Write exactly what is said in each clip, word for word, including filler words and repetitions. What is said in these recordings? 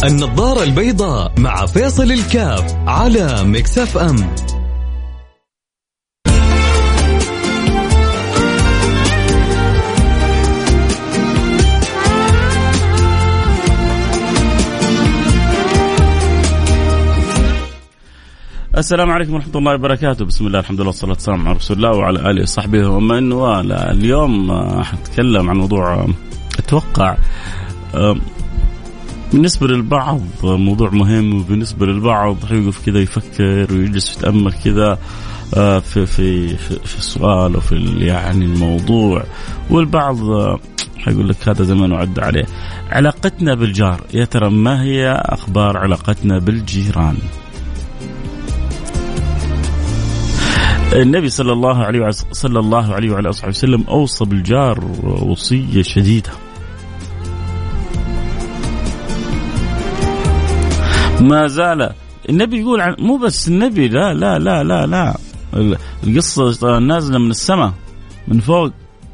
النظارة البيضاء مع فيصل الكاف على ميكس اف ام. السلام عليكم ورحمة الله وبركاته. بسم الله الحمد لله والصلاة والسلام على رسول الله وعلى آله وصحبه ومن والاه. اليوم حنتكلم عن موضوع أتوقع بالنسبة للبعض موضوع مهم، وبالنسبة للبعض يوقف كذا يفكر ويجلس يتأمل كذا في في في السؤال وفي يعني الموضوع، والبعض حيقول لك هذا زمان وعد عليه. علاقتنا بالجار، يا ترى ما هي أخبار علاقتنا بالجيران؟ النبي صلى الله عليه صلى الله عليه وعلى آله وسلم أوصى بالجار وصية شديدة. ما زال النبي يقول عن مو بس النبي، لا لا لا لا لا القصة نازلة من السماء من فوق.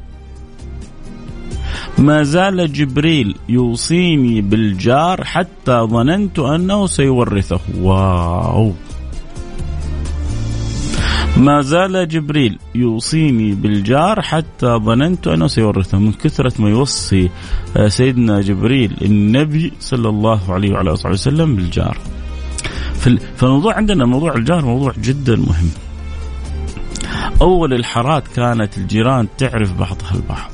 ما زال جبريل يوصيني بالجار حتى ظننت أنه سيورثه. واو. ما زال جبريل يوصيني بالجار حتى ظننت أنه سيورثه. من كثرة ما يوصي سيدنا جبريل النبي صلى الله عليه وعلى آله وسلم بالجار. فالموضوع عندنا موضوع الجار موضوع جدا مهم. أول الحارات كانت الجيران تعرف بعضها البعض،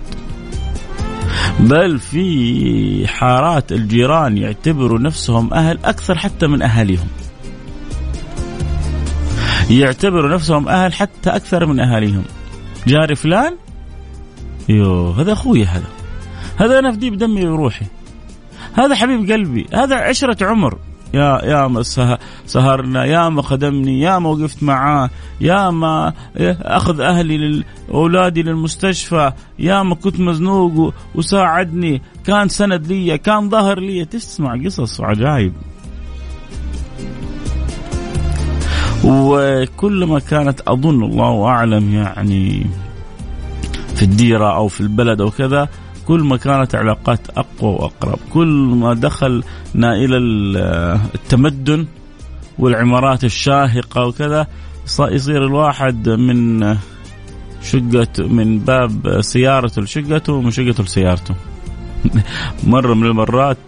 بل في حارات الجيران يعتبروا نفسهم أهل أكثر حتى من أهاليهم، يعتبروا نفسهم أهل حتى أكثر من أهاليهم. جاري فلان يو هذا أخوي، هذا هذا أنا فدي بدمي وروحي، هذا حبيب قلبي، هذا عشرة عمر. يا يا ما سهرنا، يا ما خدمني، يا ما وقفت معاه، يا ما أخذ أهلي لأولادي للمستشفى، يا ما كنت مزنوق وساعدني، كان سند لي، كان ظهر لي. تسمع قصص وعجائب. وكلما كانت أظن الله أعلم يعني في الديرة أو في البلد أو كذا، كل ما كانت علاقات أقوى وأقرب، كل ما دخلنا إلى التمدن والعمارات الشاهقة وكذا، يصير الواحد من شقة من باب سيارته لشقته ومن شقته لسيارته. مرة من المرات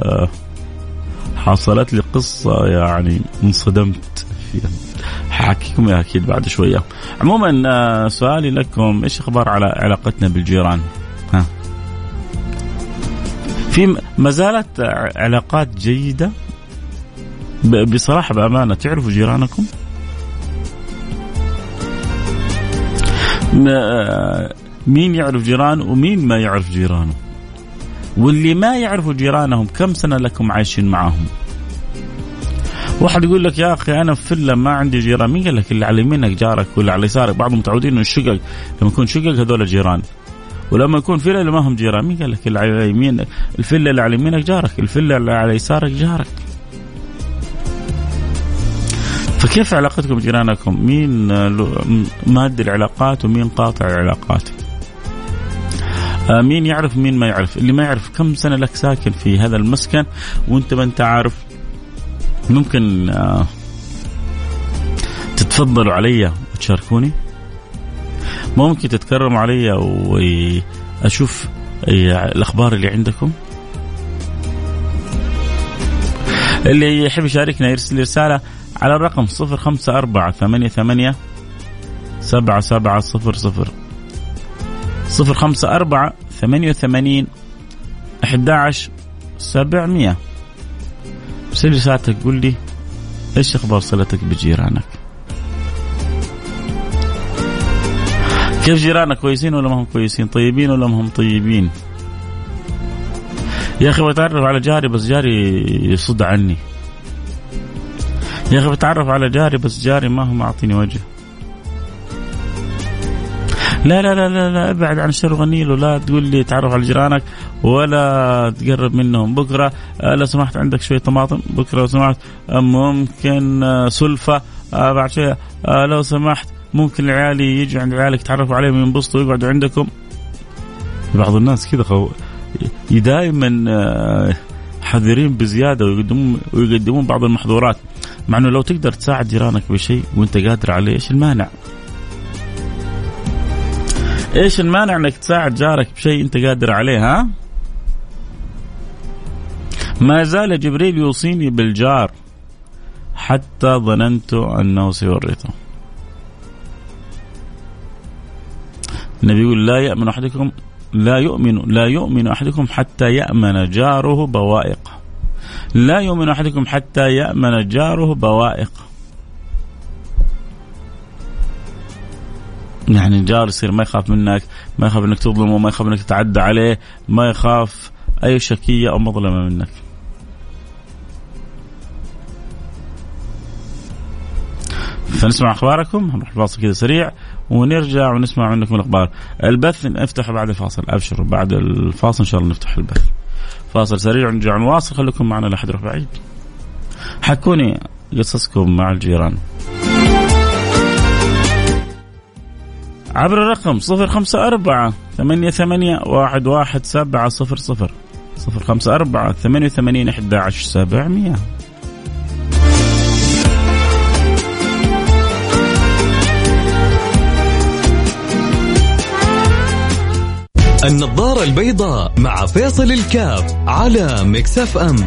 حصلت لي قصة يعني انصدمت فيها، حاحكيكم اياها اكيد بعد شويه. عموما سؤالي لكم، ايش اخبار على علاقتنا بالجيران؟ ها، في ما زالت علاقات جيده بصراحه بامانه؟ تعرفوا جيرانكم؟ مين يعرف جيرانه ومين ما يعرف جيرانه؟ واللي ما يعرفوا جيرانهم كم سنه لكم عايشين معهم؟ واحد يقول لك يا أخي أنا في فيلا ما عندي جيران. مين قال لك؟ اللي على يمينك جارك واللي على يسارك. بعضهم متعودين إنه الشقق لما يكون شقق هذول جيران، ولما يكون فيلا اللي ما هم جيران. مين قال لك اللي على يمين الفيلا اللي على يمينك جارك، الفيلا اللي على يسارك جارك؟ فكيف علاقتكم بجيرانكم؟ مين مادي العلاقات ومين قاطع العلاقات؟ مين يعرف مين ما يعرف؟ اللي ما يعرف كم سنة لك ساكن في هذا المسكن وانت ما انت عارف؟ ممكن تتفضلوا علي وتشاركوني، ممكن تتكرموا علي وأشوف الأخبار اللي عندكم. اللي يحب يشاركنا يرسل رسالة على الرقم صفر خمسة أربعة ثمانية ثمانية سبعة سبعة صفر صفر صفر خمسة أربعة ثمانية ثمانين أحد عشر سبعمية. سير رسالتك قول لي ايش اخبار صلتك بجيرانك؟ كيف جيرانك؟ كويسين ولا ما هم كويسين؟ طيبين ولا ما هم طيبين؟ يا اخي بتعرف على جاري بس جاري يصد عني، يا اخي بتعرف على جاري بس جاري ما هو معطيني وجه. لا لا لا لا, لا ابعد عن الشر غنيل، ولا تقول لي تعرف على جيرانك ولا تقرب منهم. بكرة لو سمحت عندك شوية طماطم، بكرة لو سمحت ممكن سلفة، بعد شوية لو سمحت ممكن العيال يجي عند عيالك تعرفوا عليهم ينبسطوا ويقعدوا عندكم. بعض الناس كذا خو... دائما حذرين بزيادة ويقدمون, ويقدمون بعض المحظورات، مع أنه لو تقدر تساعد جيرانك بشيء وانت قادر عليه، إيش المانع؟ إيش المانع أنك تساعد جارك بشيء انت قادر عليه؟ ها؟ ما زال جبريل يوصيني بالجار حتى ظننت أنه سيورثه. النبي يقول لا يؤمن أحدكم لا يؤمن لا يؤمن أحدكم حتى يأمن جاره بوائقه. لا يؤمن أحدكم حتى يأمن جاره بوائقه. يعني الجار يصير ما يخاف منك، ما يخاف انك تظلمه، ما يخاف انك تتعدى عليه، ما يخاف أي شكية أو مظلمة منك. فنسمع أخباركم، هنروح الفاصل كذا سريع ونرجع ونسمع منكم الأخبار. البث نفتح بعد الفاصل، أبشروا بعد الفاصل إن شاء الله نفتح البث. فاصل سريع ونرجع نواصل، خليكم معنا لا أحد يروح بعيد. حكوني قصصكم مع الجيران عبر الرقم صفر خمسة أربعة ثمانية ثمانية واحد واحد سبعة صفر صفر صفر خمسة أربعة ثمانية ثمانية أحد عشر سبعمية. النظارة البيضاء مع فيصل الكاف على ميكس اف ام.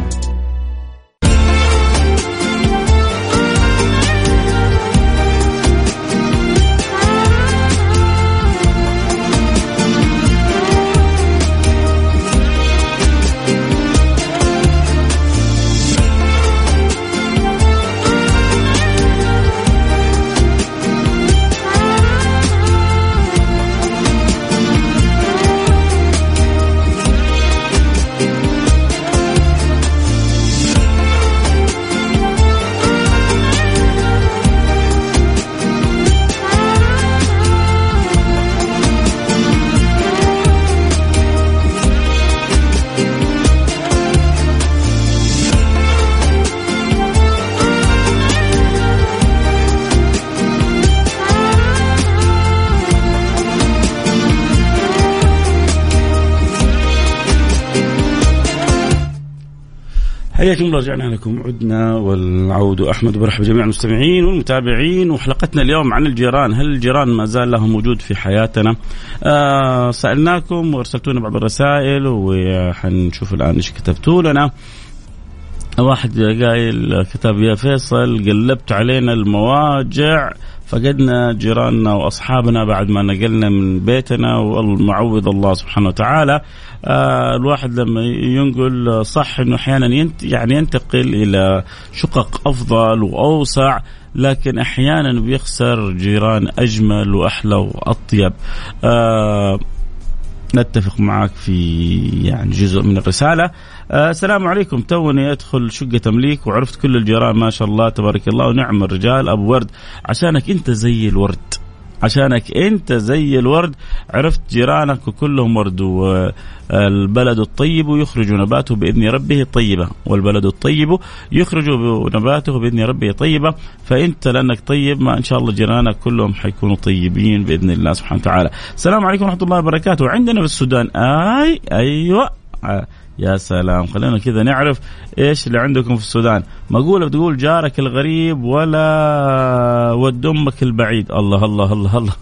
حياكم الله، رجعنا لكم عدنا والعود أحمد، برحب جميع المستمعين والمتابعين. وحلقتنا اليوم عن الجيران، هل الجيران ما زال لهم وجود في حياتنا؟ آه سألناكم وارسلتونا بعض الرسائل وحنشوف الآن إيش كتبتوا لنا. واحد قايل كتاب يا فيصل قلبت علينا المواجع، فقدنا جيراننا وأصحابنا بعد ما نقلنا من بيتنا، والمعوض الله سبحانه وتعالى. آه الواحد لما ينقل صح إنه أحيانا ينت يعني ينتقل إلى شقق أفضل وأوسع، لكن أحيانا بيخسر جيران أجمل وأحلى وأطيب. آه نتفق معك في يعني جزء من الرسالة. آه السلام عليكم، توني أدخل شقة تمليك وعرفت كل الجيران ما شاء الله تبارك الله ونعم الرجال. أبو ورد، عشانك أنت زي الورد، عشانك أنت زي الورد، عرفت جيرانك وكلهم ورد. والبلد الطيب يخرج نباته بإذن ربه طيبة، والبلد الطيب يخرج نباته بإذن ربه طيبة. فأنت لأنك طيب ما إن شاء الله جيرانك كلهم حيكونوا طيبين بإذن الله سبحانه وتعالى. السلام عليكم ورحمة الله وبركاته. عندنا في السودان آي أيوة آه. يا سلام، خلينا كذا نعرف إيش اللي عندكم في السودان. مقولة بتقول جارك الغريب ولا ود أمك البعيد. الله الله الله الله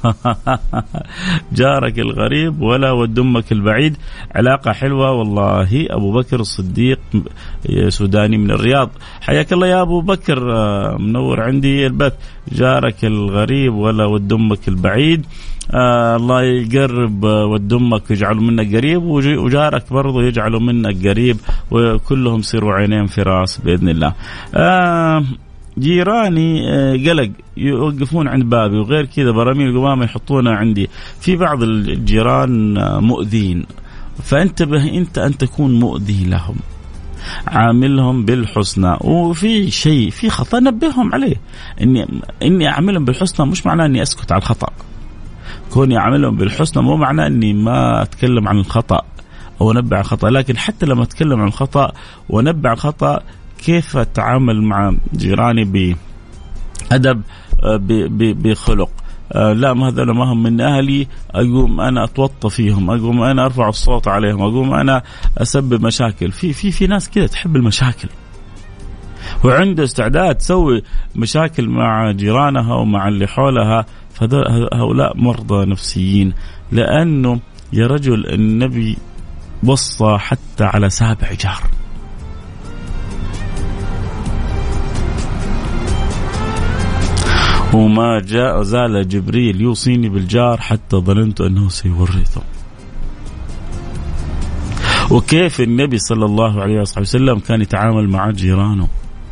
جارك الغريب ولا ود أمك البعيد، علاقة حلوة والله. أبو بكر الصديق سوداني من الرياض، حياك الله يا أبو بكر، منور عندي البث. جارك الغريب ولا ود أمك البعيد، آه الله يقرب ود أمك يجعله منك قريب، وجارك برضو يجعله منك قريب، وكلهم يصيروا عينين في راس بإذن الله. آه جيراني آه قلق يوقفون عند بابي، وغير كذا براميل قمامة يحطونها عندي. في بعض الجيران آه مؤذين، فانتبه أنت أن تكون مؤذي لهم، عاملهم بالحسنى. وفي شيء في خطأ نبههم عليه. إني إني أعملهم بالحسنى مش معناه إني أسكت على الخطأ. كوني أعملهم بالحسنى مو معناه إني ما أتكلم عن الخطأ أو نبع عن الخطأ، لكن حتى لما أتكلم عن الخطأ ونبع الخطأ كيف أتعامل مع جيراني بأدب بخلق. آه لا ما هذول ما هم من أهلي، أقوم أنا أتوطى فيهم، أقوم أنا أرفع الصوت عليهم، أقوم أنا أسبب مشاكل. في في في ناس كده تحب المشاكل وعنده استعداد تسوي مشاكل مع جيرانها ومع اللي حولها، فهؤلاء مرضى نفسيين. لأنه يا رجل النبي وصى حتى على سابع جار. وما جاء زال جبريل يوصيني بالجار حتى ظننت أنه سيورثه. وكيف النبي صلى الله عليه وسلم كان يتعامل مع جيرانه،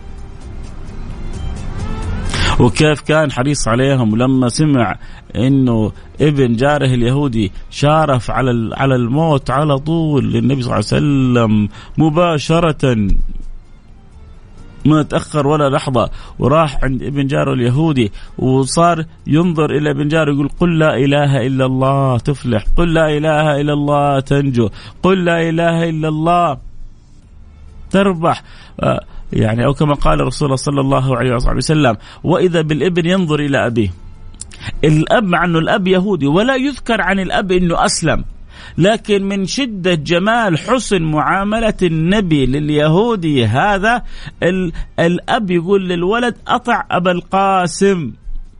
وكيف كان حريص عليهم. لما سمع انه ابن جاره اليهودي شارف على على الموت على طول للنبي صلى الله عليه وسلم مباشرة، ما تأخر ولا لحظة، وراح عند ابن جاره اليهودي وصار ينظر إلى ابن جاره يقول قل لا إله إلا الله تفلح، قل لا إله إلا الله تنجو، قل لا إله إلا الله تربح. يعني أو كما قال رسول الله صلى الله عليه وسلم وإذا بالابن ينظر إلى أبيه. الأب مع أنه الأب يهودي ولا يذكر عن الأب أنه أسلم، لكن من شدة جمال حسن معاملة النبي لليهودي هذا الأب يقول للولد أطع أبا القاسم.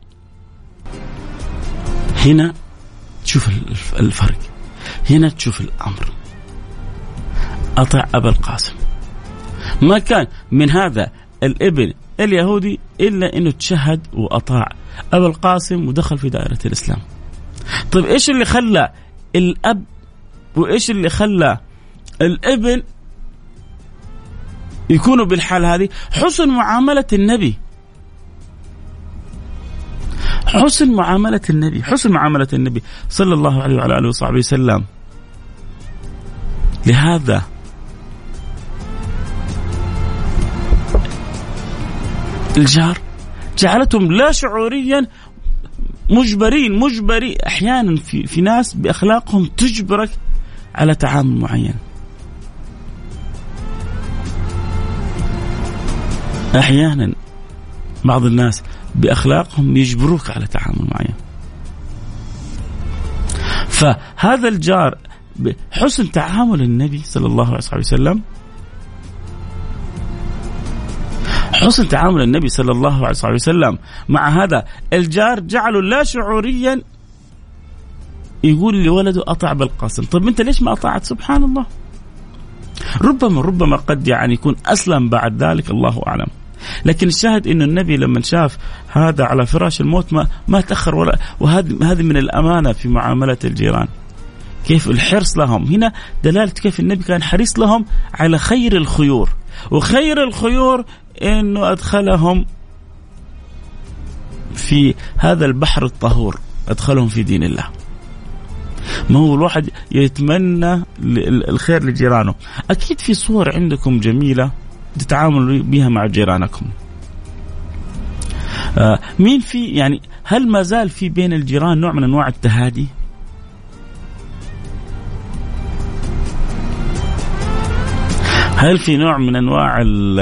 هنا تشوف الفرق، هنا تشوف الأمر، أطع أبا القاسم. ما كان من هذا الابن اليهودي إلا أنه تشهد وأطاع أبا القاسم ودخل في دائرة الإسلام. طيب إيش اللي خلى الأب وإيش اللي خلى الابن يكونوا بالحال هذه؟ حسن معاملة النبي، حسن معاملة النبي، حسن معاملة النبي صلى الله عليه وعلى آله وصحبه وسلم. لهذا الجار جعلتهم لا شعوريا مجبرين مجبري أحيانا في, في ناس بأخلاقهم تجبرك على تعامل معين، أحيانا بعض الناس بأخلاقهم يجبروك على تعامل معين. فهذا الجار بحسن تعامل النبي صلى الله عليه وسلم، حسن تعامل النبي صلى الله عليه وسلم مع هذا الجار جعله لا شعوريا يقول لولده أطع بالقاسم. طيب أنت ليش ما أطاعت؟ سبحان الله، ربما ربما قد يعني يكون أسلم بعد ذلك، الله أعلم. لكن الشاهد إنه النبي لما شاف هذا على فراش الموت ما ما تأخر ولا. وهذه هذه من الأمانة في معاملة الجيران، كيف الحرص لهم. هنا دلالة كيف النبي كان حريص لهم على خير الخيور، وخير الخيور إنه أدخلهم في هذا البحر الطهور، أدخلهم في دين الله. ما هو الواحد يتمنى الخير لجيرانه. أكيد في صور عندكم جميلة تتعاملوا بها مع جيرانكم. آه مين في يعني هل ما زال في بين الجيران نوع من أنواع التهادي؟ هل في نوع من أنواع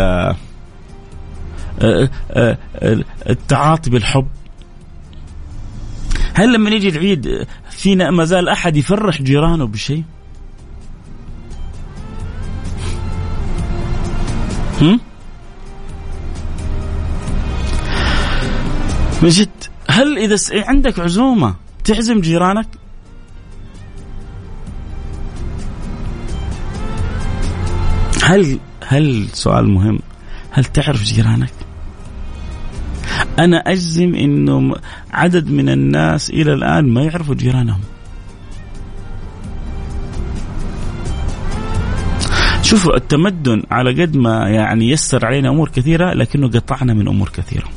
التعاطي بالحب؟ هل لما نيجي العيد فينا ما زال أحد يفرح جيرانه بشيء؟ هم؟ مجد، هل إذا عندك عزومة تعزم جيرانك؟ هل هل سؤال مهم، هل تعرف جيرانك؟ أنا أجزم إنه عدد من الناس إلى الآن ما يعرفوا جيرانهم. شوفوا التمدن على قد ما يعني يسر علينا أمور كثيرة، لكنه قطعنا من أمور كثيرة.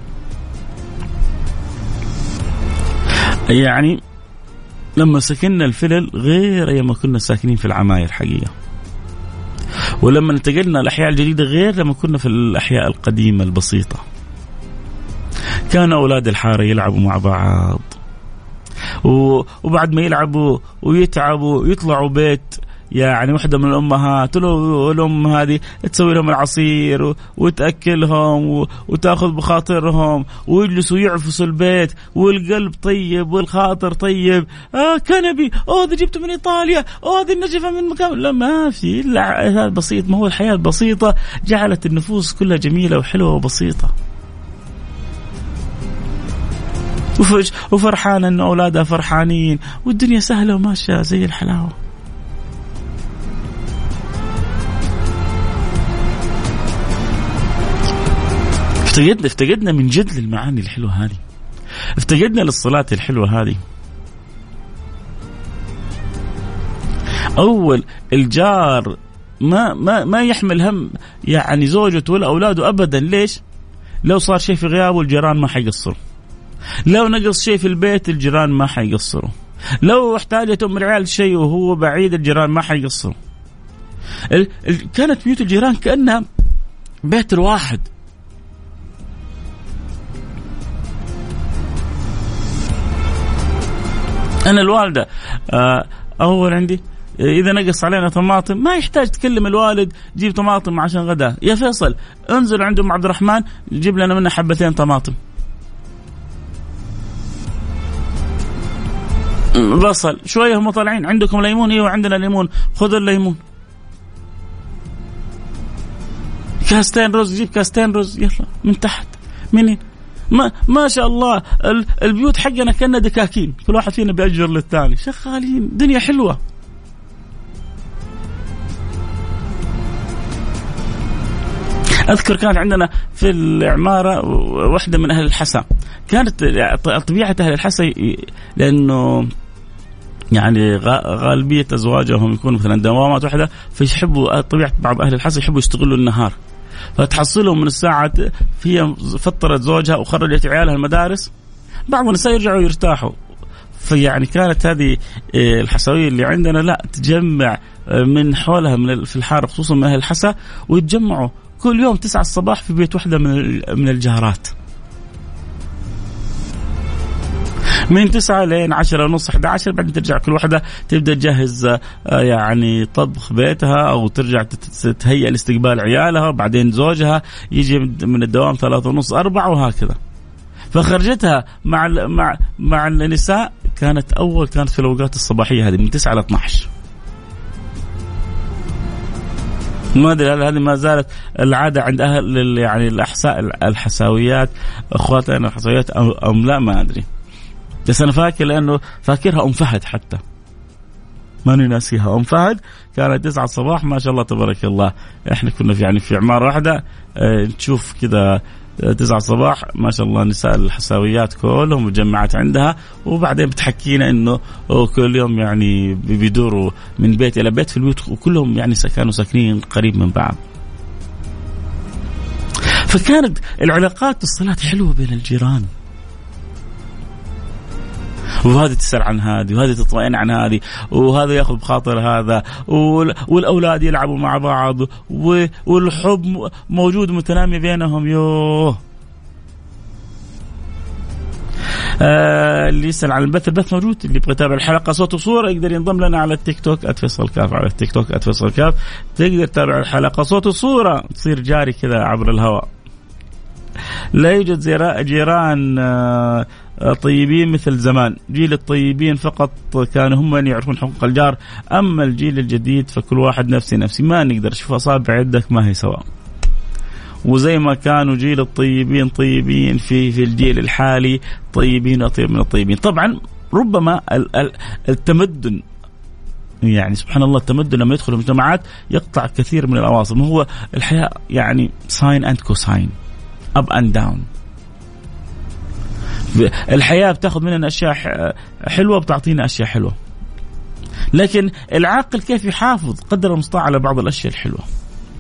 يعني لما سكننا الفلل غير أيام كنا ساكنين في العماير حقيقة، ولما انتقلنا الأحياء الجديدة غير لما كنا في الأحياء القديمة البسيطة. كانوا أولاد الحارة يلعبوا مع بعض، وبعد ما يلعبوا ويتعبوا يطلعوا بيت يعني واحدة من الأمهات الأم هذه تسوي لهم العصير وتأكلهم وتأخذ بخاطرهم ويجلسوا يعفسوا البيت والقلب طيب والخاطر طيب. آه كنبي، أوه هذا جبته من إيطاليا، أوه هذه النجفة من مكان. لا ما في، لا هذا بسيط. ما هو الحياة البسيطة جعلت النفوس كلها جميلة وحلوة وبسيطة، وفرحانة أن أولادها فرحانين والدنيا سهلة وماشية زي الحلاوة. افتقدنا افتقدنا من جد للمعاني الحلوة هذه، افتقدنا للصلاة الحلوة هذه. أول الجار ما ما ما يحمل هم يعني زوجته ولا أولاده أبدا. ليش؟ لو صار شيء في غيابه الجيران ما حيقصروا، لو نقص شيء في البيت الجيران ما حيقصروا، لو احتاجت أم العيال شيء وهو بعيد الجيران ما حيقصروا. ال... ال... كانت بيوت الجيران كأنها بيت الواحد. أنا الوالدة أول عندي إذا نقص علينا طماطم ما يحتاج تكلم الوالد جيب طماطم عشان غدا، يا فيصل انزل عند أم عبد الرحمن جيب لنا منها حبتين طماطم. بصل شوية هم طالعين عندكم ليمون، ايوه عندنا ليمون خذوا الليمون. كاستين رز جيب كاستين رز يلا من تحت منين. ما ما شاء الله البيوت حقنا كنا دكاكين، كل واحد فينا بيأجر للثاني، شغالين دنيا حلوة. أذكر كانت عندنا في العمارة واحدة من أهل الحسا، كانت طبيعة أهل الحسا لأنه يعني غالبية أزواجهم يكونوا مثلا دوامات واحدة، فيحبوا طبيعة بعض أهل الحسا يحبوا يشتغلوا النهار، فتحصلهم من الساعة هي فطرت زوجها وخرجت عيالها المدارس، بعض النساء يرجعوا يرتاحوا. فيعني كانت هذه الحسوية اللي عندنا لا تجمع من حولها من في الحارة خصوصا من أهل الحسا، ويتجمعوا كل يوم تسعة الصباح في بيت واحدة من من الجارات، من تسعة لين عشرة ونص أحد عشر، بعد ترجع كل واحدة تبدأ تجهز يعني طبخ بيتها أو ترجع تهيئ لاستقبال عيالها، وبعدين زوجها يجي من الدوام ثلاثة ونص أربعة وهكذا. فخرجتها مع مع مع النساء كانت أول كانت في الأوقات الصباحية هذه من تسعة ل اثناشر. ما أدري هذه ما زالت العادة عند أهل يعني الأحساء الحساويات أخواتنا الحساويات أم لا ما أدري، بس أنا فاكر لأنه فاكرها أم فهد، حتى ما ناسيها أم فهد كانت تسعة الصباح ما شاء الله تبارك الله. إحنا كنا في يعني في عمارة واحدة اه تشوف كذا تسعة الصباح ما شاء الله نساء الحساويات كلهم مجمعات عندها، وبعدين بتحكينا إنه كل يوم يعني بيدوروا من بيت إلى بيت في البيوت، وكلهم يعني كانوا ساكنين قريب من بعض. فكانت العلاقات بالصلاة حلوة بين الجيران، وهذه تسأل عن هذه وهذه تطمئن عن هذه وهذا يأخذ بخاطر هذا، والأولاد يلعبوا مع بعض والحب موجود متنامي بينهم. يوه آه اللي يسأل عن البث، البث موجود، اللي يبغى يتابع الحلقة صوت وصورة يقدر ينضم لنا على التيك توك @فيصل كاف، على التيك توك @فيصل كاف تقدر تتابع الحلقة صوت وصورة تصير جاري كذا عبر الهواء. لا يوجد جيران آه طيبين مثل زمان، جيل الطيبين فقط كانوا هم من يعرفون حقوق الجار، أما الجيل الجديد فكل واحد نفسي نفسي، ما نقدر نشوف أصابع يدك ما هي سواء. وزي ما كانوا جيل الطيبين طيبين في في الجيل الحالي طيبين وطيب من الطيبين. طبعا ربما التمدن يعني سبحان الله التمدن لما يدخل المجتمعات يقطع كثير من الأواصر. ما هو الحياة يعني ساين أند كوساين، أب أند داون. الحياة بتاخذ مننا أشياء حلوة بتعطينا أشياء حلوة، لكن العاقل كيف يحافظ قدر المستطاع على بعض الأشياء الحلوة.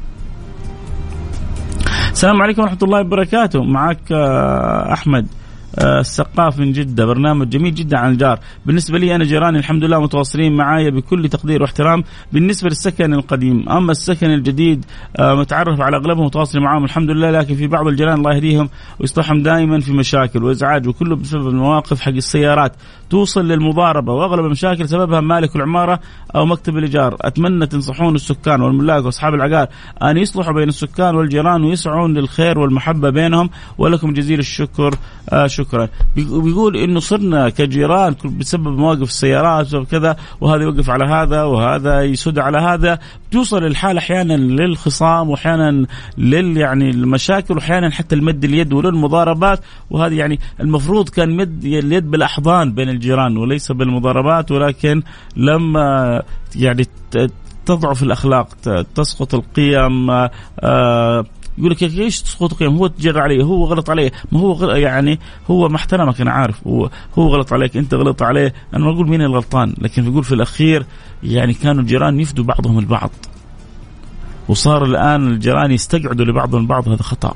السلام عليكم ورحمة الله وبركاته، معك أحمد السقاف من جدة، برنامج جميل جدا عن الجار. بالنسبة لي أنا جيراني الحمد لله متواصلين معايا بكل تقدير واحترام. بالنسبة للسكن القديم، أما السكن الجديد متعرف على أغلبهم متواصل معاهم الحمد لله، لكن في بعض الجيران الله يهديهم ويصلحهم دائما في مشاكل وإزعاج، وكله بسبب المواقف حق السيارات توصل للمضاربة، وأغلب المشاكل سببها مالك العمارة أو مكتب الإيجار. أتمنى تنصحون السكان والملاك وأصحاب العقار أن يصلحوا بين السكان والجيران ويسعون للخير والمحبة بينهم، ولكم جزيل الشكر. آه شكرا. بيقول إنه صرنا كجيران بسبب مواقف السيارات وكذا، وهذا يوقف على هذا وهذا يسد على هذا، توصل الحال أحيانا للخصام وأحيانا لل يعني المشاكل وأحيانا حتى المد اليد وللمضاربات. وهذه يعني المفروض كان مد اليد بالأحضان بين الجيران وليس بالمضاربات، ولكن لما يعني تضعف الأخلاق تسقط القيم. آه يقول لك ايش تسقط قيم؟ هو تجرى عليه، هو غلط عليه، ما هو غلط يعني هو ما احترمك، انا عارف هو هو غلط عليك، انت غلط عليه، انا ما اقول مين الغلطان، لكن بيقول في الاخير يعني كانوا الجيران يفدوا بعضهم البعض، وصار الان الجيران يستقعدوا لبعضهم البعض، هذا خطأ.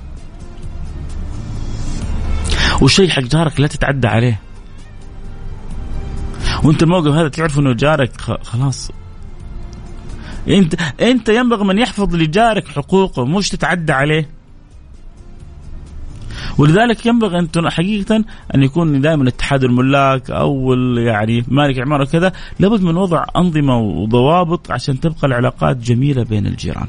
والشيء حق جارك لا تتعدى عليه، وانت الموقف هذا تعرف انه جارك خلاص، انت انت ينبغي من يحفظ لجارك حقوقه مش تتعدى عليه. ولذلك ينبغي أن حقيقة أن يكون دائما اتحاد الملاك أو يعني مالك عمارة كذا، لابد من وضع أنظمة وضوابط عشان تبقى العلاقات جميلة بين الجيران.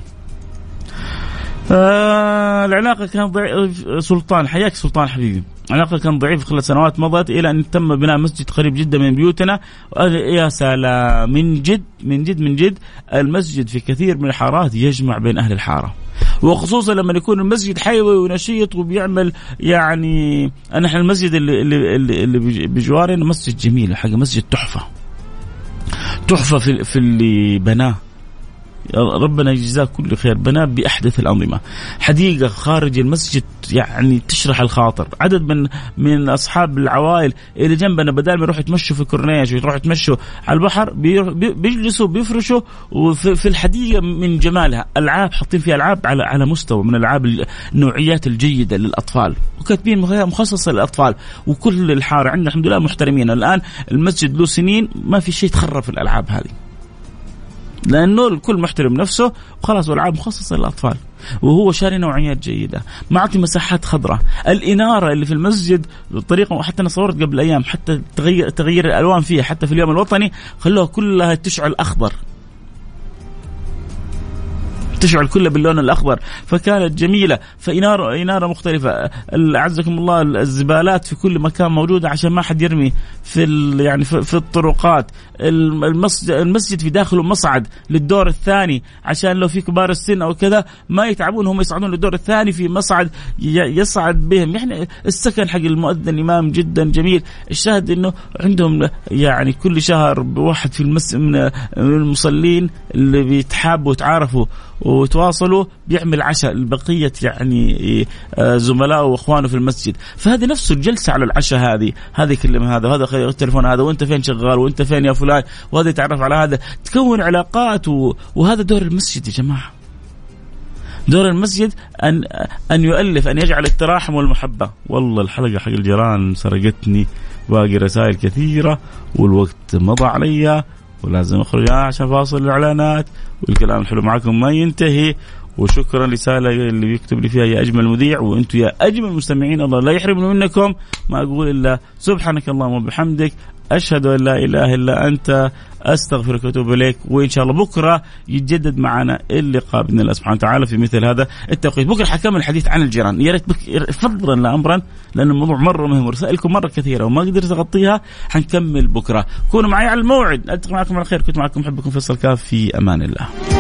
آه العلاقة كانت ضعيف. سلطان، حياك سلطان حبيبي. العلاقة كانت ضعيفة خلال سنوات مضت إلى أن تم بناء مسجد قريب جدا من بيوتنا. يا سلام، من جد من جد من جد المسجد في كثير من الحارات يجمع بين أهل الحارة، وخصوصا لما يكون المسجد حيوي ونشيط وبيعمل يعني. نحن المسجد اللي اللي اللي بجوارنا مسجد جميل، حاجة مسجد تحفة تحفة في في اللي بناه، ربنا يجزاه كل خير، بناه بأحدث الأنظمة. حديقة خارج المسجد يعني تشرح الخاطر. عدد من من أصحاب العوائل اللي جنبنا بدل ما يروحوا يتمشوا في الكورنيش ويروحوا يتمشوا على البحر بيجلسوا بيفرشوا وفي الحديقة. من جمالها ألعاب، حاطين فيها ألعاب على على مستوى من الألعاب النوعيات الجيدة للأطفال، وكاتبين مخصصة للأطفال. وكل الحارة عندنا الحمد لله محترمين. الآن المسجد له سنين ما في شيء تخرب في الألعاب هذه، لأنه الكل محترم نفسه وخلاص، والألعاب مخصصة للأطفال، وهو شاري نوعيات جيدة، معطي مساحات خضراء. الإنارة اللي في المسجد بالطريقة، وحتى أنا صورت قبل أيام حتى تغير تغير الألوان فيها، حتى في اليوم الوطني خلوها كلها تشعل أخضر، تشعل كلها باللون الأخضر، فكانت جميلة. فإنارة إنارة مختلفة. أعزكم الله الزبالات في كل مكان موجودة عشان ما حد يرمي في يعني في الطرقات. المسجد المسجد في داخله مصعد للدور الثاني عشان لو في كبار السن أو كذا ما يتعبون هم يصعدون للدور الثاني، في مصعد يصعد بهم. يعني السكن حق المؤذن الإمام جدا جميل. الشاهد إنه عندهم يعني كل شهر بواحد في المس من المصلين اللي بيتحابوا وتعارفوا وتواصلوا بيعمل عشاء البقية يعني زملاء وإخوانه في المسجد. فهذه نفسه الجلسة على العشاء، هذه هذه كلمة هذا وهذا خير التلفون هذا، وأنت فين شغال وأنت فين يا فلان، وهذا يتعرف على هذا، تكون علاقات. وهذا دور المسجد يا جماعة. دور المسجد أن أن يؤلف، أن يجعل التراحم والمحبة. والله الحلقة حق الجيران سرقتني، باقي رسائل كثيرة والوقت مضى عليا ولازم أخرج عشان فاصل الإعلانات، والكلام الحلو معكم ما ينتهي. وشكرا لسالة اللي بيكتب لي فيها يا أجمل مذيع، وأنتم يا أجمل مستمعين، الله لا يحرمني منكم. ما أقول إلا سبحانك اللهم وبحمدك، أشهد أن لا إله إلا أنت، أستغفرك وأتوب إليك. وإن شاء الله بكرة يتجدد معنا اللقاء بإذن الله سبحانه وتعالى في مثل هذا التوقيت. بكرة حكمل الحديث عن الجيران، يا ريت بك فضلا لا أمرا، لأن الموضوع مرة مهم ورسائلكم مرة كثيرة وما قدرت أغطيها. حنكمل بكرة، كونوا معي على الموعد. ألتقي معكم على خير. كنت معكم محبكم فيصل كاف، في أمان الله.